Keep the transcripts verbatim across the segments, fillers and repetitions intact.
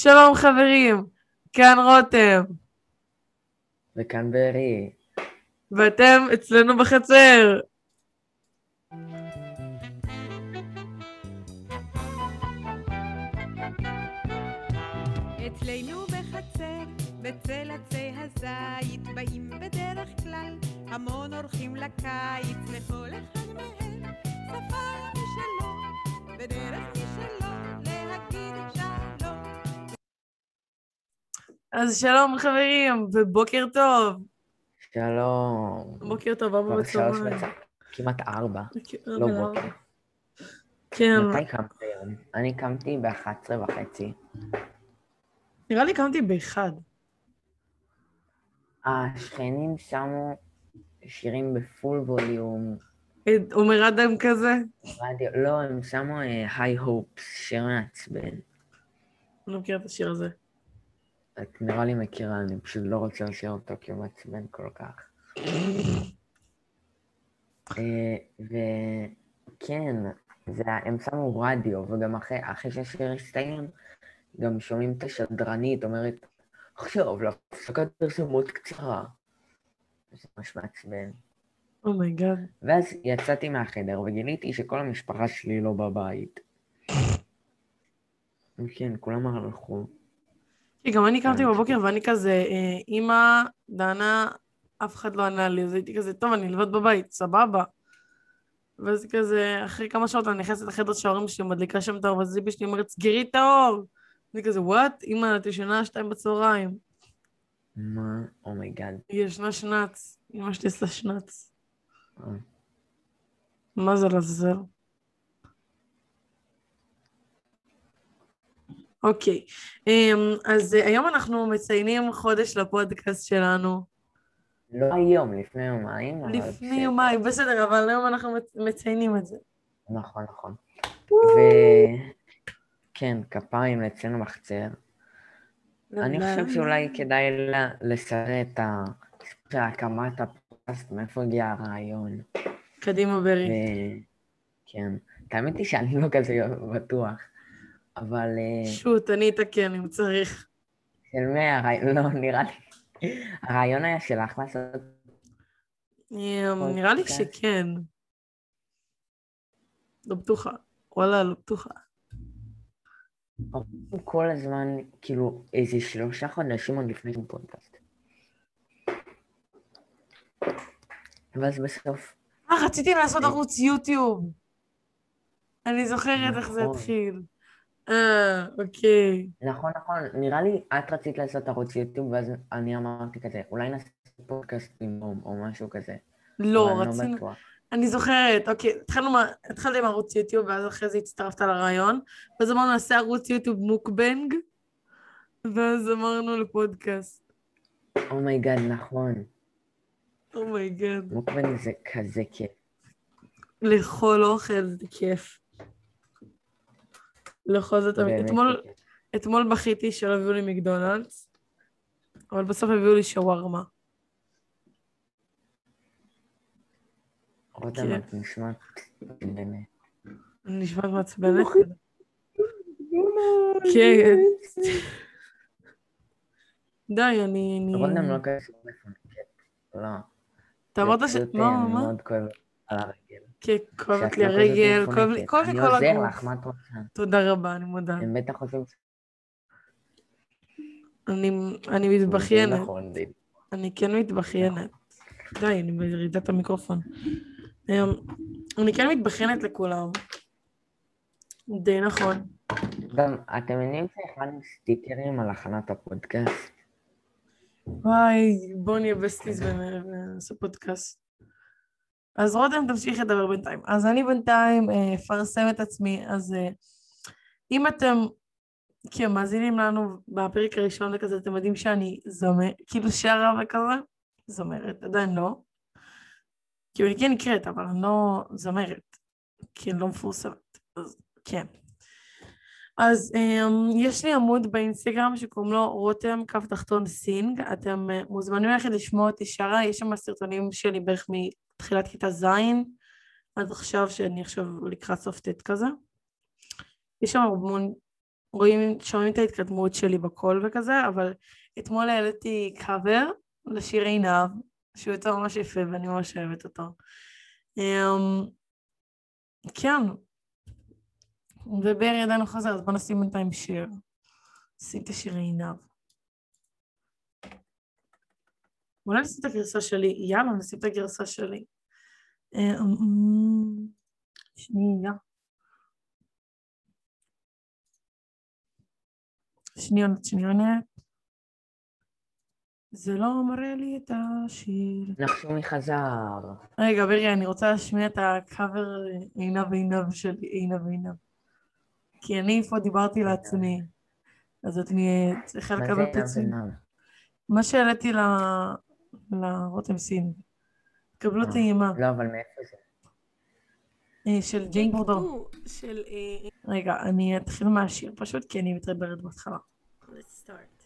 שלום חברים, כאן רותם, וכאן בארי. ואתם אצלנו בחצר. אצלנו בחצר, בצל עצי הזית, באים בדרך כלל המון אורחים לקיץ, לכל אחד מהם שפה משלו, בדרך משלו להגיד שלום. אז שלום חברים, ובוקר טוב. שלום. בוקר טוב, ארבע כבר שלוש בצהריים. וצ... כמעט ארבע. לא לא בוקר. בוקר. כן, מתי קמת היום? אני קמתי ב-אחת עשרה וחצי. נראה לי קמתי באחד. השכנים שמו שירים בפול ווליום. עומר אדם כזה. רדיו, לא, הם שמו היי הופס, שיר מעצבן. אני לא מכיר את השיר הזה. את נראה לי מכירה, אני פשוט לא רוצה לשיר אותו כי הוא מעצבן כל כך. אה, וכן, זה, הם שמו רדיו, וגם אחרי, אחרי שהשיר הסתיים, גם שומעים את השדרנית, אומרת, עכשיו, להפסקת פרסומות קצרה. זה ממש מעצבן. אומייגאד. ואז יצאתי מהחדר וגיליתי שכל המשפחה שלי לא בבית. כן, כולם הלכו. גם אני קמתי בבוקר ואני כזה, אמא, דנה, אף אחד לא ענה לי, אז הייתי כזה, טוב, אני לבד בבית, סבבה. ואז כזה, אחרי כמה שעות אני נכנסת לחדר שההורים שלי, מדליקה שם את האור, ואז זיבי שלי אומרת, סגרי את האור. אני כזה, וואט? אמא, את ישנה שתיים בצהריים. מה? אומייגאד. היא ישנה שנץ. אמא שלי עשה שנץ. אה. מה זה לזר? אוקיי. אמ, אז היום אנחנו מציינים חודש לפודקאסט שלנו. לא היום, לפני יומיים, אבל לפני בסדר. יומיים, בסדר, אבל היום אנחנו מציינים את זה. נכון, נכון. וכן, כפיים אצלנו בחצר. אני חושב שאולי כדאי לסרט את הסיפור של הקמת הפודקאסט, מאיפה הגיע הרעיון. קדימה ברי. כן, האמת היא שאני לא כזה בטוח, אבל... שוט, אני אתקן אם צריך. של מי הרעיון? לא, נראה לי. הרעיון היה שלך לעשות... נראה לי שכן. לא בטוחה. וואלה, לא בטוחה. כל הזמן, כאילו, איזה שלושה חודשים עוד לפני שם פודקאסט. ואז בסוף... אה, רציתי לעשות ערוץ יוטיוב. אני זוכרת איך זה התחיל. אה, אוקיי. נכון, נכון. נראה לי, את רצית לעשות ערוץ יוטיוב, ואז אני אמרתי כזה, אולי נעשה פודקאסט במקום, או משהו כזה. לא, רצינו... אני זוכרת, אוקיי, התחלתי עם ערוץ יוטיוב, ואז אחרי זה הצטרפת לרעיון, ואז אמרנו, נעשה ערוץ יוטיוב מוקבנג, ואז אמרנו לפודקאסט. אומייגאד, נכון. אומייגאד. מוקבנג זה כזה כיף. לאכול אוכל זה כיף. לאכול זה תמיד. אתמול, אתמול בכיתי שלא הביאו לי מקדונלדס, אבל בסוף הביאו לי שווארמה. רותם, את נשמעת מעצבנת. אני נשמעת מעצבנת? כן. די, אני... רותם לא כזה מפונקת. לא. אתה אמרת ש... מה, מה? אני מאוד כואבת על הרגל. כן, כואבת לי הרגל, כואב לי כל הגוף. אני עוזר לך, מה את רוצה? תודה רבה, אני מודה. הם בטח חושבים... אני מתבחיינת. אני כן מתבחיינת. די, אני בירידת המיקרופון. אני כן מתבחיינת לכולם. די נכון. גם, אתם מבינים שהכנו סטיקרים על הכנת הפודקאסט? וואי, בוא נהיה בסטיז ונעשה פודקאסט. אז רותם תמשיך לדבר בינתיים. אז אני בינתיים אפרסם את עצמי, אז אם אתם כמאזינים לנו בפרק הראשון וכזה, אתם יודעים שאני זומרת, כאילו שרה וכזה, זומרת, עדיין לא. כאילו אני כן נקראת, אבל אני לא זמרת, כי אני לא מפורסמת, אז כן. אז um, יש לי עמוד באינסטגרם שקוראים לו רותם קו תחתון סינג, אתם uh, מוזמנים ללכת לשמוע אותי שרה, יש שם סרטונים שלי בערך מתחילת כיתה זין, עד עכשיו שאני עכשיו לקראת סוף ט' כזה. יש שם המון, רואים, שומעים את ההתקדמות שלי בקול וכזה, אבל אתמול העליתי קאבר לשיר עינב, שהוא יוצא ממש יפה ואני ממש אוהבת אותו. Um, כן, ובארי עדיין חוזר, אז בוא נשים בינתיים שיר. שים את השיר עינב. אולי נשים את הגרסה שלי, יאללה, נשים את הגרסה שלי. שנייה. שניונת, שניונת. זה לא מראה לי את השיר. נחשו מי חזר. רגע, ברי, אני רוצה להשמיע את הקאבר עינב עינב שלי, עינב עינב. כי אני פה דיברתי לעצמי, אז אני צריכה לקבל פיצוי. מה שהעליתי לרותם סין, קבלו טעימה. לא, אבל מאיפה זה? של ג'יין בורדו. רגע, אני אתחיל מהשיר פשוט, כי אני מתרברת בהתחלה. Let's start.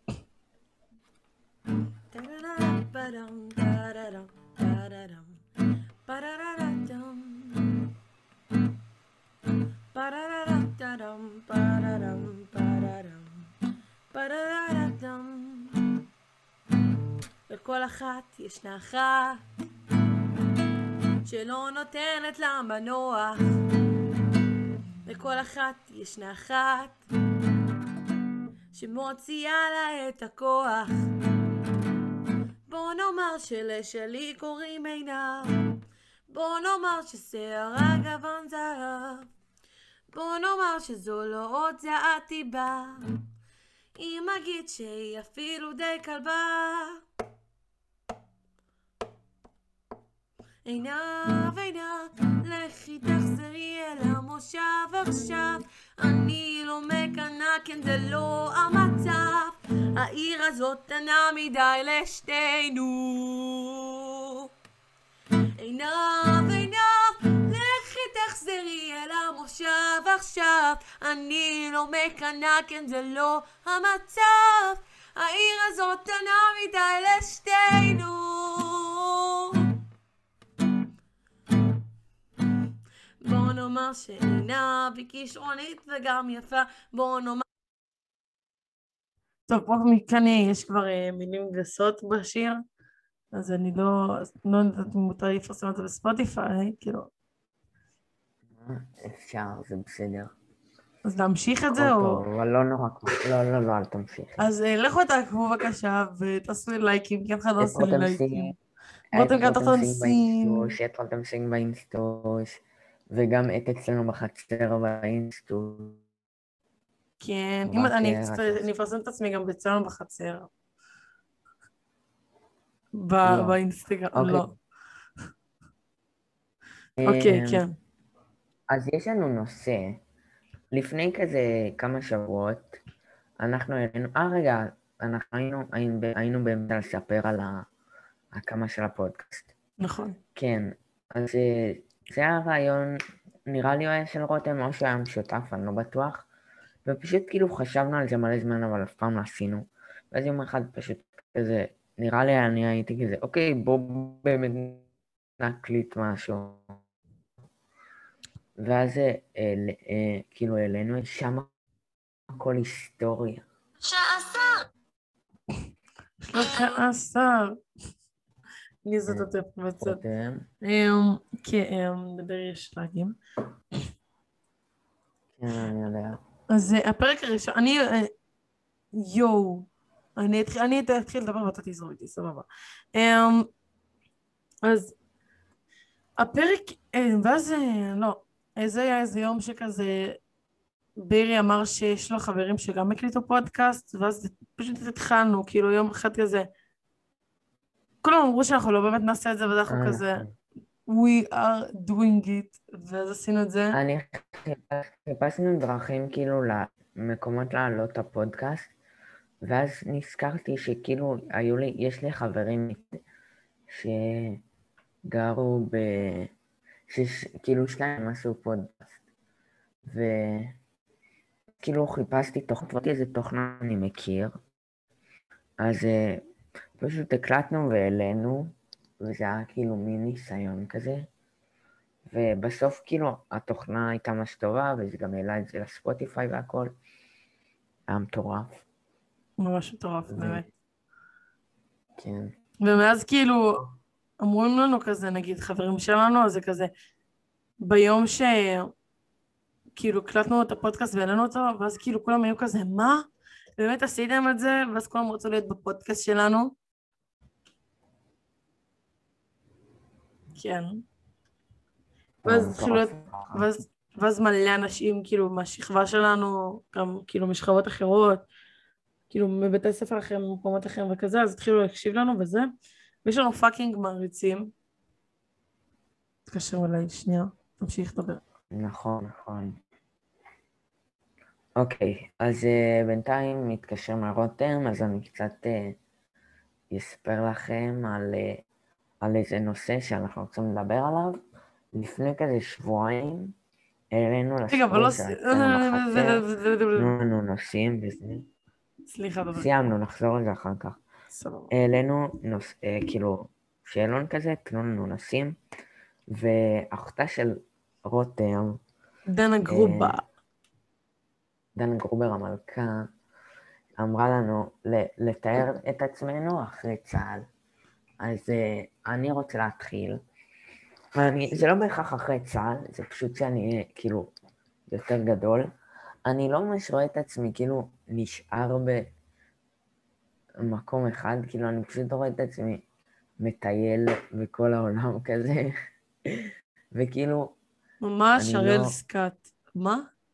לכל אחת ישנה אחת שלא נותנת לה מנוח. לכל אחת ישנה אחת שמוציאה לה את הכוח. בוא נאמר שלשלי קוראים עינב, בוא נאמר ששערה גוון זהב, בוא נאמר שזו לא עוד זעתי בה, אם אגיד שהיא אפילו די כלבה. עינב עינב, לכי תחזרי אל המושב עכשיו, אני לא מקנה, כן זה לא המצב, העיר הזאת קטנה מדי לשתינו. עינב עינב, לכי תחזרי אל המושב עכשיו, אני לא מקנה, כן זה לא המצב, העיר הזאת קטנה מדי לשתינו. בוא נאמר שעינב היא כישרונית וגם יפה, בוא נאמר... טוב, פה מכאן יש כבר uh, מילים גסות בשיר, אז אני לא, לא יודעת אם מותר לפרסם את זה בספוטיפיי, כאילו... אפשר, זה בסדר. אז להמשיך את זה או... טוב, אבל לא נורא, לא, לא, לא, אל תמשיך. אז uh, לכו תעקבו בבקשה ותעשו לי לייקים, כי אחד לא עושה לי לייקים. רותם גם תחתון סין. את רותם סין באינסטוש, וגם את אצלנו בחצר באינסטוש. כן, אם אני אפרסם את עצמי גם אצלנו בחצר. באינסטגרם, לא. אוקיי, כן. אז יש לנו נושא, לפני כזה כמה שבועות, אנחנו היינו, אה רגע, אנחנו היינו, היינו באמצע לספר על ההקמה של הפודקאסט. נכון. כן, אז זה היה רעיון, נראה לי היה של רותם, או שהיה משותף, אני לא בטוח, ופשוט כאילו חשבנו על זה מלא זמן, אבל אף פעם לא עשינו, ואז יום אחד פשוט כזה, נראה לי אני הייתי כזה, אוקיי, בוא באמת נקליט משהו. ואז אה, אה, כאילו העלינו את שם הכל היסטוריה. שעשר! שלושה עשר! מי זאת אותה פמצאת? כן, נדבר יש להגים. כן, אני יודע. אז הפרק הראשון, אני, יואו, אני אתחיל לדבר ואתה תזרום איתי, סבבה. אז הפרק, ואז לא, זה היה איזה יום שכזה, בירי אמר שיש לו חברים שגם הקליטו פודקאסט, ואז פשוט התחלנו, כאילו יום אחד כזה, כולם אמרו שאנחנו לא באמת נעשה את זה, ואנחנו כזה, we are doing it, ואז עשינו את זה. אני חיפשנו דרכים כאילו למקומות לעלות הפודקאסט, ואז נזכרתי שכאילו היו לי, יש לי חברים שגרו ב... שכאילו שניים עשו פודקאסט, וכאילו חיפשתי תוכנות, איזה תוכנה אני מכיר, אז פשוט הקלטנו והעלינו, וזה היה כאילו מין ניסיון כזה, ובסוף כאילו התוכנה הייתה ממש טובה, וזה גם העלה את זה לספוטיפיי והכל, היה מטורף. ממש מטורף, באמת. כן. ומאז כאילו, אמרו לנו כזה, נגיד, חברים שלנו, אז זה כזה, ביום שכאילו הקלטנו את הפודקאסט והעלינו אותו, ואז כאילו כולם היו כזה, מה? באמת עשיתם את זה? ואז כולם רצו להיות בפודקאסט שלנו. כן. ואז התחילו להיות, ואז, ואז מלא אנשים כאילו מהשכבה שלנו, גם כאילו משכבות אחרות, כאילו מבתי ספר אחרים, ממקומות אחרים וכזה, אז התחילו להקשיב לנו וזה. ויש לנו פאקינג מעריצים. תקשר אליי, שנייה, תמשיך לדבר. נכון, נכון. אוקיי, אז uh, בינתיים מתקשר מרותם, אז אני קצת uh, אספר לכם על, uh, על איזה נושא שאנחנו רוצים לדבר עליו. לפני כזה שבועיים, העלינו רגע, אבל לא... לסטורי שלנו בחצר, תנו לנו נושאים וזה. סליחה, דבר. סיימנו, נחזור על זה אחר כך. סבבה. העלינו נוס... אה, כאילו, שאלון כזה, תנו לנו נושאים, ואחותה של רותם, דנה גרובה. דנה גרובר המלכה, אמרה לנו ל- לתאר את עצמנו אחרי צה"ל. אז uh, אני רוצה להתחיל. אני, זה לא בהכרח אחרי צה"ל, זה פשוט שאני אהיה כאילו יותר גדול. אני לא ממש רואה את עצמי כאילו נשאר במקום אחד, כאילו אני פשוט רואה את עצמי מטייל בכל העולם כזה. וכאילו... ממש אני הראל לא- סקאט. מה?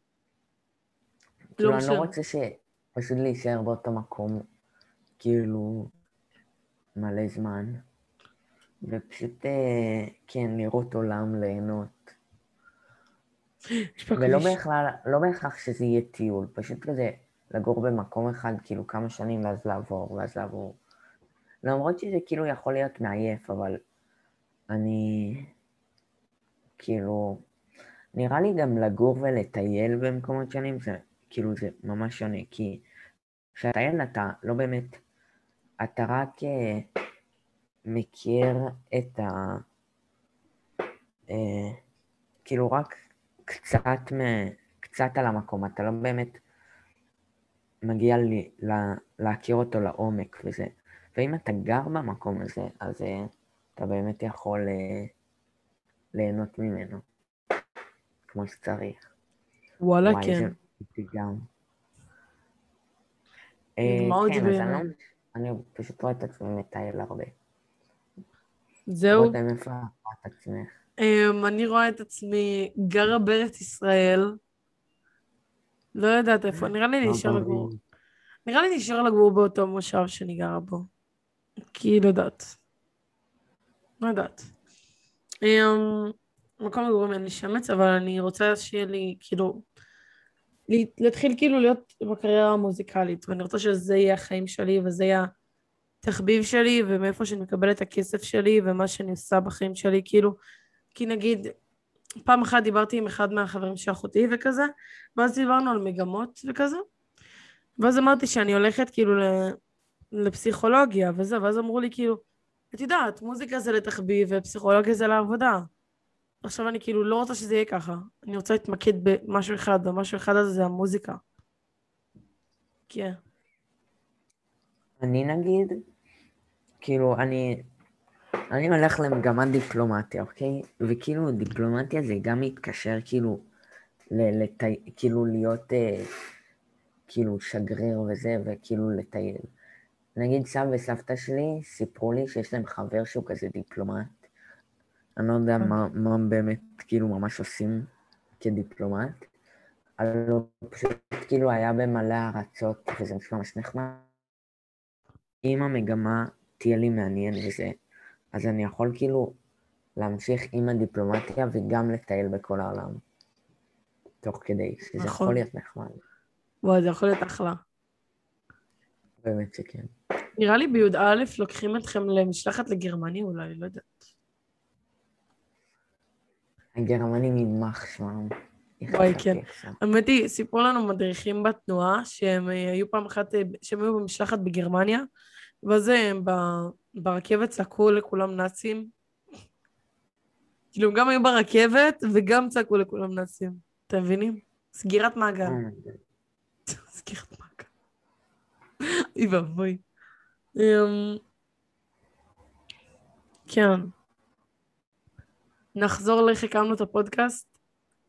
כאילו לא אני לא משנה. רוצה שפשוט להישאר באותו מקום, כאילו מלא זמן. ופשוט, אה, כן, לראות עולם, ליהנות. יש פה ולא כביש. בהכרח, לא בהכרח שזה יהיה טיול, פשוט כזה לגור במקום אחד כאילו כמה שנים ואז לעבור, ואז לעבור. למרות שזה כאילו יכול להיות מעייף, אבל אני כאילו, נראה לי גם לגור ולטייל במקומות שונים, זה כאילו זה ממש שונה, כי כשאתה אתה לא באמת, אתה רק אה, מכיר את ה... אה, כאילו רק קצת, מ... קצת על המקום, אתה לא באמת מגיע לי, לה, להכיר אותו לעומק וזה. ואם אתה גר במקום הזה, אז uh, אתה באמת יכול uh, ליהנות ממנו, כמו שצריך. וואלה, וואי, כן. זה איתי גם. Uh, דמעות כן, אז אני, בעיניים. לא, אני פשוט רואה את עצמי מטייל הרבה. זהו. רותם, איפה את עצמך? Um, אני רואה את עצמי גרה בארץ ישראל. לא יודעת איפה, נראה לי להישאר לגור. נראה לי להישאר לגור באותו מושב שאני גרה בו. כי לא יודעת. לא יודעת. Um, מקום מגורים אין לי שמץ, אבל אני רוצה שיהיה לי, כאילו, לי- להתחיל כאילו להיות בקריירה המוזיקלית, ואני רוצה שזה יהיה החיים שלי, וזה יהיה התחביב שלי, ומאיפה שאני מקבלת את הכסף שלי, ומה שאני עושה בחיים שלי, כאילו, כי נגיד, פעם אחת דיברתי עם אחד מהחברים של אחותי וכזה, ואז דיברנו על מגמות וכזה, ואז אמרתי שאני הולכת כאילו ל- לפסיכולוגיה וזה, ואז אמרו לי כאילו, את יודעת, מוזיקה זה לתחביב ופסיכולוגיה זה לעבודה. עכשיו אני כאילו לא רוצה שזה יהיה ככה, אני רוצה להתמקד במשהו אחד, ומשהו אחד הזה זה המוזיקה. כן. אני נגיד, כאילו, אני, אני הולך למגמת דיפלומטיה, אוקיי? וכאילו, דיפלומטיה זה גם מתקשר, כאילו, ל- לת... כאילו להיות, אה, כאילו, שגריר וזה, וכאילו לטייל. נגיד, סבא וסבתא שלי סיפרו לי שיש להם חבר שהוא כזה דיפלומט. אני לא יודע מה, מה באמת, כאילו, ממש עושים כדיפלומט. אבל הוא פשוט, כאילו, היה במלא ארצות, וזה ממש נחמד. אם המגמה תהיה לי מעניין וזה, אז אני יכול כאילו להמשיך עם הדיפלומטיה וגם לטייל בכל העולם. תוך כדי, שזה נכון. יכול להיות נחמד. וואי, זה יכול להיות אחלה. באמת שכן. נראה לי בי"א לוקחים אתכם למשלחת לגרמניה אולי, לא יודעת. הגרמנים יימח שמם. וואי, כן. האמת היא, סיפרו לנו מדריכים בתנועה שהם אה, היו פעם אחת, אה, שהם היו במשלחת בגרמניה, ואז הם ב- ברכבת צעקו לכולם נאצים. כאילו, הם גם היו ברכבת וגם צעקו לכולם נאצים. אתם מבינים? סגירת מעגל. סגירת מעגל. אוי ואבוי. אמ, כן. נחזור לאיך הקמנו את הפודקאסט?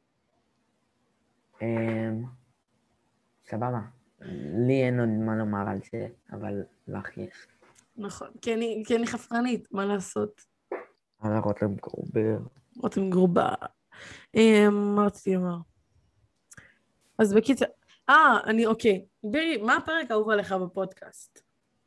אמ, סבבה. לי אין עוד מה לומר על זה, אבל לך יש. נכון. כי אני, כי אני חפרנית, מה לעשות? על הרוטלם גרובר. רותם גרובה. אמ, מה רציתי לומר? אז בקיצר, אה, אני, אוקיי. בירי, מה הפרק האהוב עליך בפודקאסט?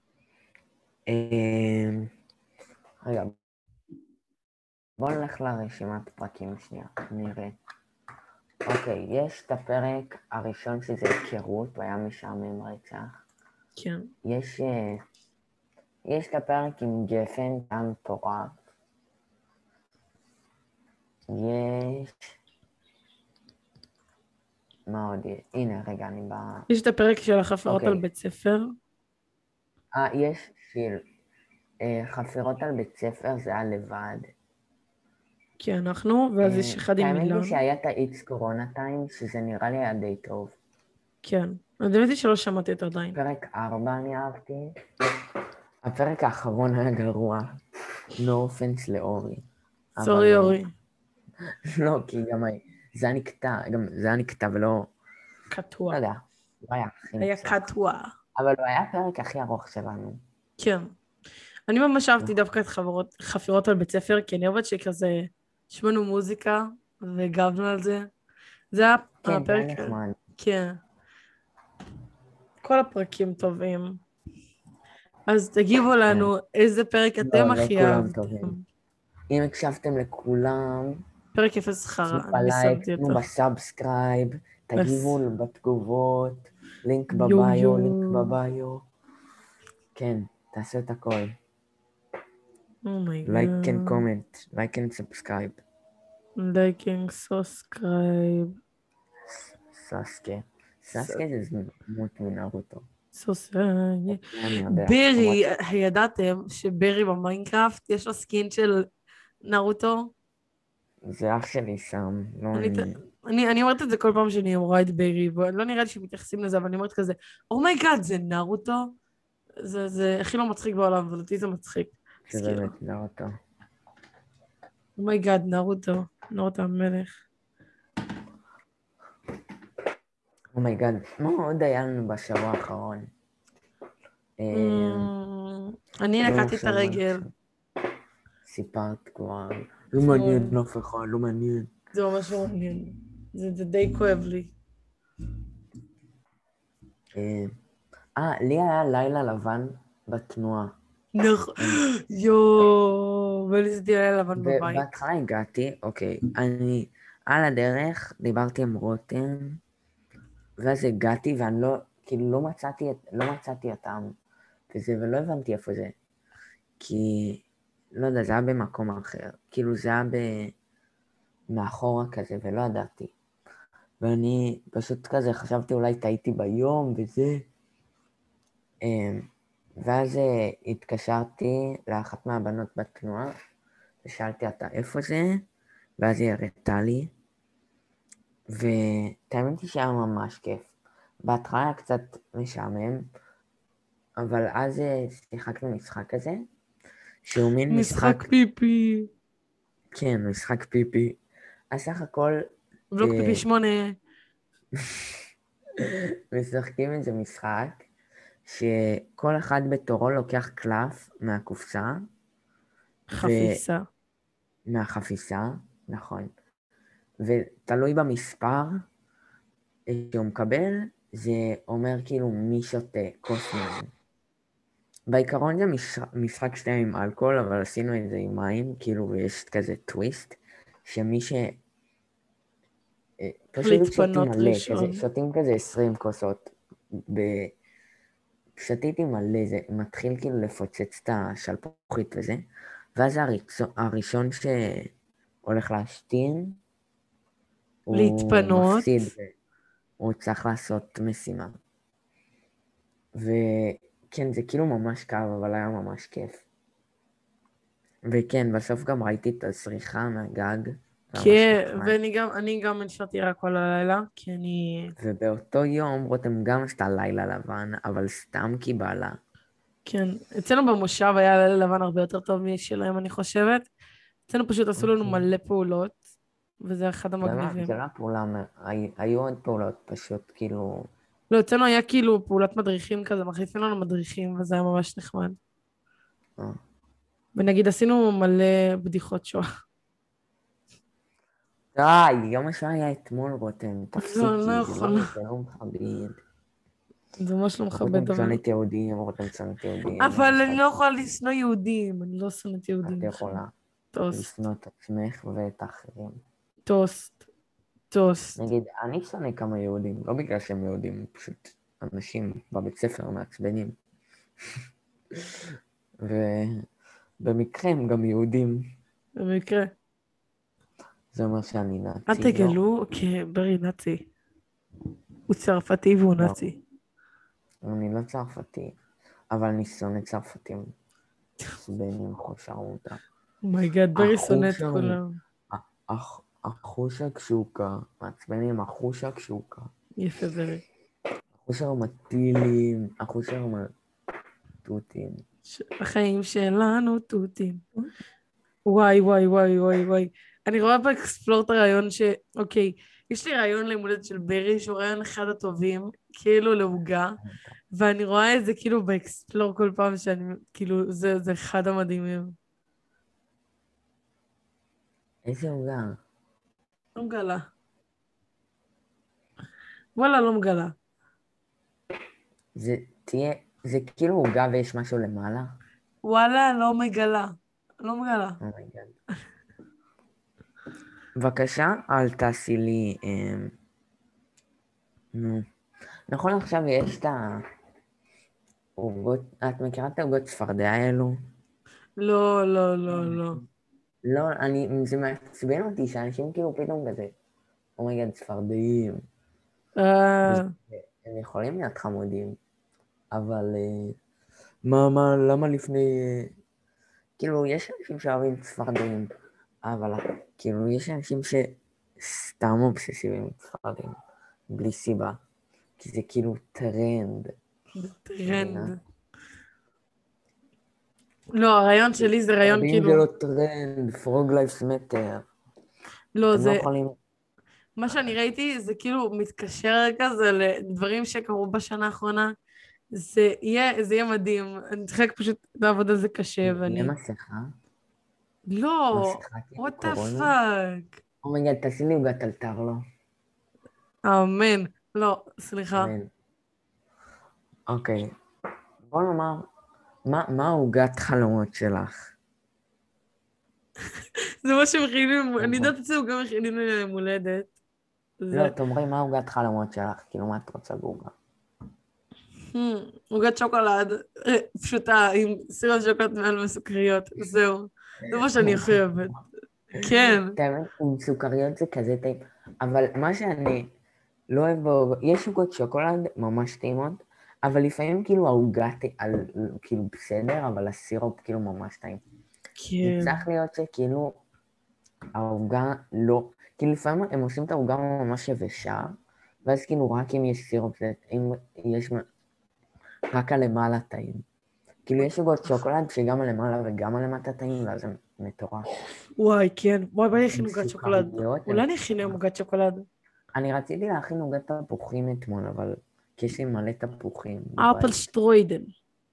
אמ, רגע, בוא נלך לרשימת פרקים שנייה, נראה. אוקיי, יש את הפרק הראשון שזה היכרות, הוא היה משעמם רצח. כן. יש, אה, יש את הפרק עם גפן, גם מטורף. יש... מה עוד יש? הנה, רגע, אני בא... יש את הפרק של החפירות אוקיי. על בית ספר. אה, יש של אה, חפירות על בית ספר, זה היה לבד. כי אנחנו, ואז אה, יש אחד עם האמת מילן. היא שהיה את ה-It's Corona Time, שזה נראה לי היה די טוב. כן. אני האמת היא שלא שמעתי את עדיין. פרק ארבע אני אהבתי. הפרק האחרון היה גרוע. No offense לאורי. סורי אבל, אורי. לא, כי גם זה היה נקטע, גם זה היה נקטע ולא, לא קטוע. יודע, לא היה הכי היה מוצלח. קטוע. אבל הוא היה הפרק הכי ארוך שלנו. כן. אני ממש אהבתי דווקא את חברות, חפירות על בית ספר, כי אני אוהבת שכזה, שמענו מוזיקה, והגבנו על זה. זה היה כן, זה הפרק... היה נחמד. כן. כל הפרקים טובים. אז תגיבו לנו איזה פרק אתם לא, לא הכי כולם אהבתם. טובים. אם הקשבתם לכולם, פרק אפס חרא, תנו אני בלייק, שמתי תנו אותו. בסאבסקרייב, תגיבו בתגובות, לינק יו בביו, יו. לינק בביו. כן, תעשו את הכל. אומייגאד. לייק and comment, לייק and subscribe. לייקינג, סאבסקרייב. סאסקה. סאסקה זה דמות מנארוטו. סוסה. אני יודע. ברי, ידעתם שברי במיינקראפט יש לו סקין של נרוטו? זה אח שלי שם, לא אני, אני. אני, אני אומרת את זה כל פעם שאני רואה את ברי, ולא נראה לי שמתייחסים לזה, אבל אני אומרת כזה, אומייגאד, זה נרוטו? זה, זה הכי לא מצחיק בעולם, אבל אותי זה מצחיק. זה באמת נארוטו. אומייגאד, נרוטו, נרוטו המלך. אומייגאד, מה עוד היה לנו בשבוע האחרון? אני נקעתי את הרגל. סיפרת כבר. לא מעניין אף אחד, לא מעניין. זה ממש לא מעניין. זה די כואב לי. אה, לי היה לילה לבן בתנועה. נכון. יואו, וניסיתי לילה לבן בבית. ובהתחלה הגעתי, אוקיי, אני על הדרך דיברתי עם רותם, ואז הגעתי ואני לא, כאילו לא מצאתי, לא מצאתי אותם, וזה, ולא הבנתי איפה זה. כי, לא יודע, זה היה במקום אחר. כאילו זה היה ב... מאחורה כזה, ולא ידעתי. ואני פשוט כזה חשבתי אולי טעיתי ביום וזה. ואז התקשרתי לאחת מהבנות בתנועה, ושאלתי אותה איפה זה, ואז היא הראתה לי. ותאמנתי שהיה ממש כיף. בהתחלה היה קצת משעמם, אבל אז שיחקנו משחק כזה, שהוא מין משחק... משחק פיפי. כן, משחק פיפי. אז סך הכל... בלוק פיפי שמונה. משחקים איזה משחק, שכל אחד בתורו לוקח קלף מהקופסה. חפיסה. ו... מהחפיסה, נכון. ותלוי במספר שהוא מקבל, זה אומר כאילו מי שותה כוס מים. בעיקרון זה משחק שתיים עם אלכוהול, אבל עשינו את זה עם מים, כאילו יש כזה טוויסט, שמי ש... פשוט שותים מלא, כזה, שותים כזה עשרים כוסות. ב... שתיתי מלא, זה מתחיל כאילו לפוצץ את השלפוחית וזה, ואז הראשון, הראשון שהולך להשתין, להתפנות. הוא מפסיד, הוא צריך לעשות משימה. וכן, זה כאילו ממש כאב, אבל היה ממש כיף. וכן, בסוף גם ראיתי את הזריחה מהגג, כן, ואני גם, אני גם נשארתי רק כל הלילה, כי אני... ובאותו יום רותם גם עשתה לילה לבן, אבל סתם כי בא לה. כן, אצלנו במושב היה לילה לבן הרבה יותר טוב משלהם, אני חושבת. אצלנו פשוט עשו לנו מלא פעולות, וזה אחד המגניבים. זה לא פעולה, היו עוד פעולות, פשוט כאילו... לא, אצלנו היה כאילו פעולת מדריכים כזה, מחליפים לנו מדריכים, וזה היה ממש נחמד. ונגיד, עשינו מלא בדיחות שואה. די, יום השואה היה אתמול, רותם, תפסיקי, לא, לא זה יכולה. לא מכבד. זה ממש לא מכבד. רותם שונאת יהודים, רותם שונאת יהודים. אבל אני לא יכולה לשנוא יהודים, אני לא שונאת יהודים. את יכולה טוסט. לשנוא את עצמך ואת האחרים. טוסט. טוסט. נגיד, אני שונא כמה יהודים, לא בגלל שהם יהודים, פשוט אנשים בבית ספר מעצבנים. ובמקרה הם גם יהודים. במקרה. זה אומר שאני נאצי. אל תגלו כברי נאצי. הוא צרפתי והוא נאצי. אני לא צרפתי, אבל אני שונא צרפתים. עצבנים חושרמותה. אומייגאד, ברי שונא את כולם. אחוש הקשוקה, מעצבנים אחוש הקשוקה. יפה ברי. אחוש הרמטילים, אחוש הרמטותים. החיים שלנו תותים. וואי וואי וואי וואי וואי. אני רואה באקספלור את הרעיון ש... אוקיי, יש לי רעיון לימודת של ברי, שהוא רעיון אחד הטובים, כאילו להוגה, ואני רואה את זה כאילו באקספלור כל פעם שאני, כאילו, זה, זה אחד המדהימים. איזה הוגה? לא מגלה. וואלה, לא מגלה. זה תהיה, זה כאילו הוגה ויש משהו למעלה? וואלה, לא מגלה. לא מגלה. אומייגאד. בבקשה, אל תעשי לי... נו. נכון, עכשיו יש את העוגות... את מכירה את העוגות צפרדע האלו? לא, לא, לא, לא. לא, אני... זה מעצבן אותי שאנשים כאילו פתאום כזה... אומייגאד, צפרדעים. הם יכולים להיות חמודים, אבל... מה, מה, למה לפני... כאילו, יש אנשים שאוהבים צפרדעים, אבל כאילו, יש אנשים שסתם אובססיביים עם צפרדעים, בלי סיבה, כי זה כאילו טרנד. טרנד. לא, הרעיון שלי זה רעיון כאילו... צפרדעים זה לא טרנד, frog lives matter. לא, זה... לא יכולים... מה שאני ראיתי זה כאילו מתקשר כזה לדברים שקרו בשנה האחרונה. זה יהיה, זה יהיה מדהים. אני צריכה פשוט לעבוד על זה קשה, ואני... יהיה מסכה? לא, what the fuck? אומייגאד, תעשי לי עוגת אלתר, לא? אמן. לא, סליחה. אמן. אוקיי. בוא נאמר, מה העוגת חלומות שלך? זה מה שמכינים, אני יודעת את זה, הוא גם מכינים לי ליום הולדת. לא, תאמרי, מה העוגת חלומות שלך? כאילו, מה את רוצה בעוגה? עוגת שוקולד, פשוטה, עם סירות שוקולד מעל וסוכריות, זהו. זה מה שאני חייבת. כן. האמת, עם סוכריות זה כזה טעים, אבל מה שאני לא אוהב בעוגה, יש עוגות שוקולד ממש טעימות, אבל לפעמים כאילו העוגה כאילו בסדר, אבל הסירופ כאילו ממש טעים. כן. זה צריך להיות שכאילו העוגה לא, כאילו לפעמים הם עושים את העוגה ממש יבשה, ואז כאילו רק אם יש סירופ, אם יש רק הלמעלה טעים. כאילו יש עוגות שוקולד שגם הלמעלה וגם הלמטה טעים, ואז זה מטורף. וואי, כן. וואי, בואי נכין עוגת שוקולד. אולי נכין היום עוגת שוקולד. אני רציתי להכין עוגת תפוחים אתמול, אבל יש לי מלא תפוחים. אפל שטרוידן.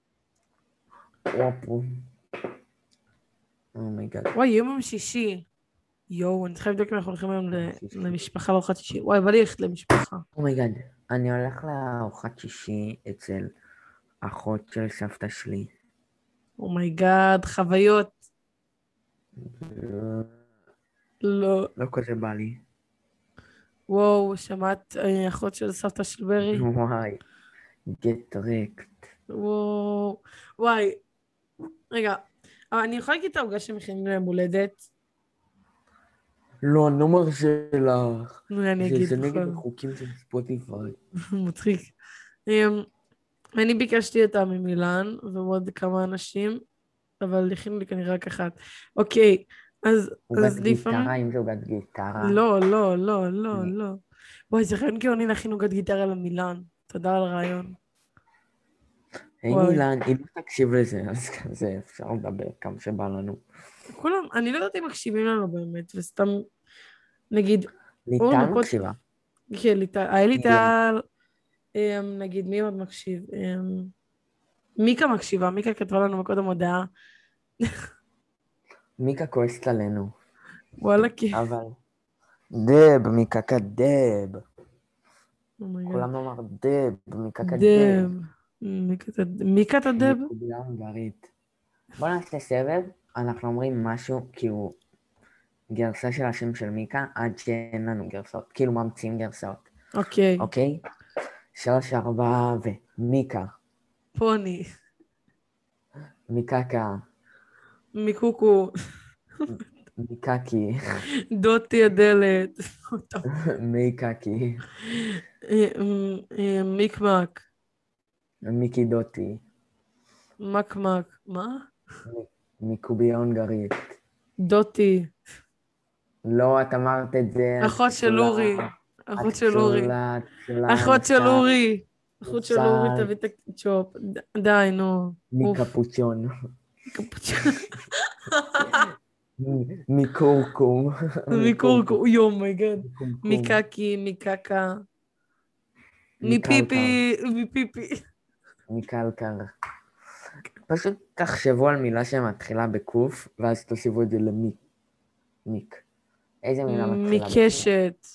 וואפו. אומייגאד. וואי, יום שישי. יואו, אני צריכה לבדוק אם אנחנו הולכים היום למשפחה לארוחת שישי. וואי, בא לי ללכת למשפחה. אומייגאד, אני הולך לארוחת שישי אצל אחות של סבתא שלי. אומייגאד, חוויות. לא. לא כזה בא לי. וואו, שמעת אחות של סבתא של ברי? וואי, get wrecked. וואו, וואי. רגע, אני יכולה להגיד את העוגה שמכינים להם הולדת? לא, אני לא מרשה לך. נו, אני אגיד לך. זה נגד החוקים של ספוטיפיי. מצחיק. אני ביקשתי אותה ממילן, ועוד כמה אנשים, אבל הכינו לי כנראה רק אחת. אוקיי, אז, עוגת אז לפעמים... גיטרה, אם זה עוגת גיטרה. לא, לא, לא, לא, אני- לא. וואי, זה רעיון גאוני להכין עוגת גיטרה למילן. תודה על הרעיון. היי וואי. מילן, אם לא תקשיב לזה, אז כזה אפשר לדבר כמה שבא לנו. כולם, אני לא יודעת אם מקשיבים לנו באמת, וסתם, נגיד, ליטל אורנו פוד... מקשיבה. כן, ליטל, היה היא- ליטל, אמ, נגיד, מי עוד מקשיב? אמ, מיקה מקשיבה, מיקה כתבה לנו מקודם הודעה. מיקה כועסת עלינו. וואלה, כן. אבל... דב, מקקה דב. אומייגאד. כולם אמר דב, מקקה דב. דב. מיקה ת- מיקה תדב? מקובלה הונגרית. בוא נעשה סבב, אנחנו אומרים משהו, כאילו, גרסה של השם של מיקה, עד שאין לנו גרסאות. כאילו ממציאים גרסאות. אוקיי. אוקיי? שלוש, ארבע, ומיקה. פוני. מקקה. מיקוקו. מקקי. דוטי הדלת. מיקקי. אה, אמ, אה, מיקמק. מיקי דוטי. מקמק. מה? מקוביה הונגרית. דוטי. לא, את אמרת את זה. אחות של אורי. אחות של אורי. אחות של אורי. אחות של אורי, תביא את הצ'ופ. ד- די, נו. אוף. מקפוצ'ון. קפוצ'ון. מקורקום. מקורקו. יומייגאד. מקומקום. מקקי, מקקה. מקלקר. מפיפי. מפיפי. מקלקר. פשוט תחשבו על מילה שמתחילה בקוף, ואז תוסיפו את זה למיק. מיק. איזה מילה מתחילה בקוף? מקשת.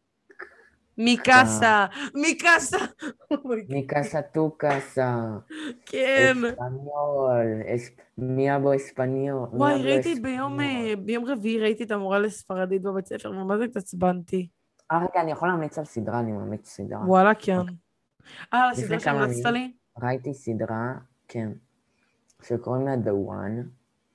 מיקסה. מיקסה. מיקסה טוקסה. כן. אספניול. מי אבו אספניול. וואי, ראיתי ביום, אה, ביום רביעי ראיתי את המורה לספרדית בבית ספר, ומה זה התעצבנתי. אה, רגע, אני יכול להמליץ על סדרה, אני ממליץ סדרה. וואלה, כן. אה, לפני הסדרה כמה שהמלצת ימים. לי? ראיתי סדרה, כן, שקוראים לה The One,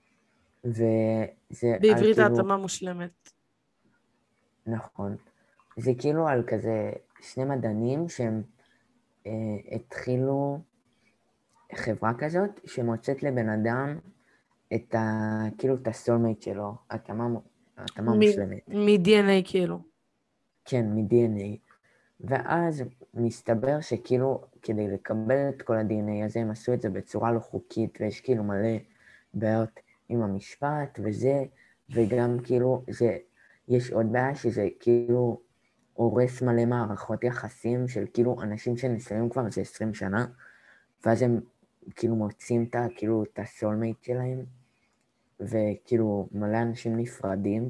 וזה על בעברית כאילו, ההתאמה מושלמת. נכון, זה כאילו על כזה שני מדענים שהם אה, התחילו חברה כזאת שמוצאת לבן אדם את ה... כאילו את הסולמייט שלו, התאמה, התאמה מושלמת. מ-די אן איי כאילו. כן, מ-די אן איי. ואז מסתבר שכאילו כדי לקבל את כל ה-די אן איי הזה הם עשו את זה בצורה לא חוקית, ויש כאילו מלא בעיות עם המשפט וזה, וגם כאילו זה, יש עוד בעיה שזה כאילו הורס מלא מערכות יחסים של כאילו אנשים שנסיים כבר איזה עשרים שנה, ואז הם כאילו מוצאים את, כאילו, את הסולמייט שלהם, וכאילו מלא אנשים נפרדים,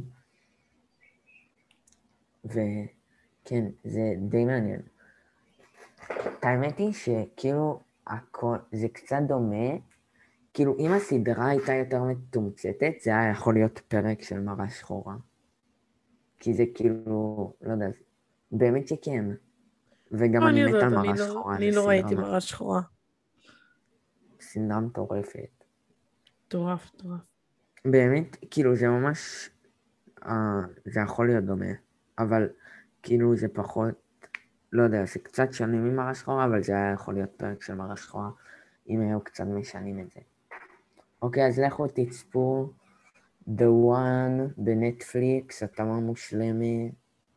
וכן, זה די מעניין. האמת היא שכאילו הכל, זה קצת דומה, כאילו אם הסדרה הייתה יותר מתומצתת, זה היה יכול להיות פרק של מראה שחורה. כי זה כאילו, לא יודע, באמת שכן. וגם לא, אני אני מת על יודעת, מראה אני לא- שחורה. אני זה לא ראיתי סדרה מראה שחורה. סדרה מטורפת. מטורף, מטורף. באמת, כאילו זה ממש, אה, זה יכול להיות דומה, אבל כאילו זה פחות, לא יודע, זה קצת שונה ממראה שחורה, אבל זה היה יכול להיות פרק של מראה שחורה, אם היו קצת משנים את זה. אוקיי, אז לכו תצפו, The One בנטפליקס, התאמה מושלמת.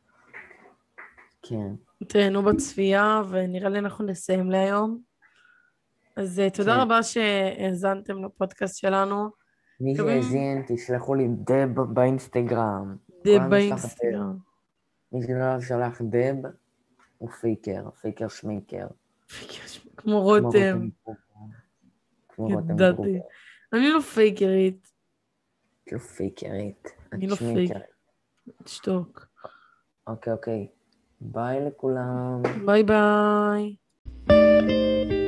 כן. תהנו בצפייה, ונראה לי אנחנו נסיים להיום. אז אה, תודה כן. רבה שהאזנתם לפודקאסט שלנו. מי מקווים- שהאזין, תשלחו לי דב באינסטגרם. דב כולם ישלח באינסטגרם. מי שלא שלח דב, הוא פייקר, פייקר שמייקר. כמו רותם. כמו רותם ידעתי. גרובר. אני לא פייקרית. כאילו פייקרית. אני את לא שמייקרית. תשתוק. אוקיי, אוקיי. ביי לכולם. ביי ביי.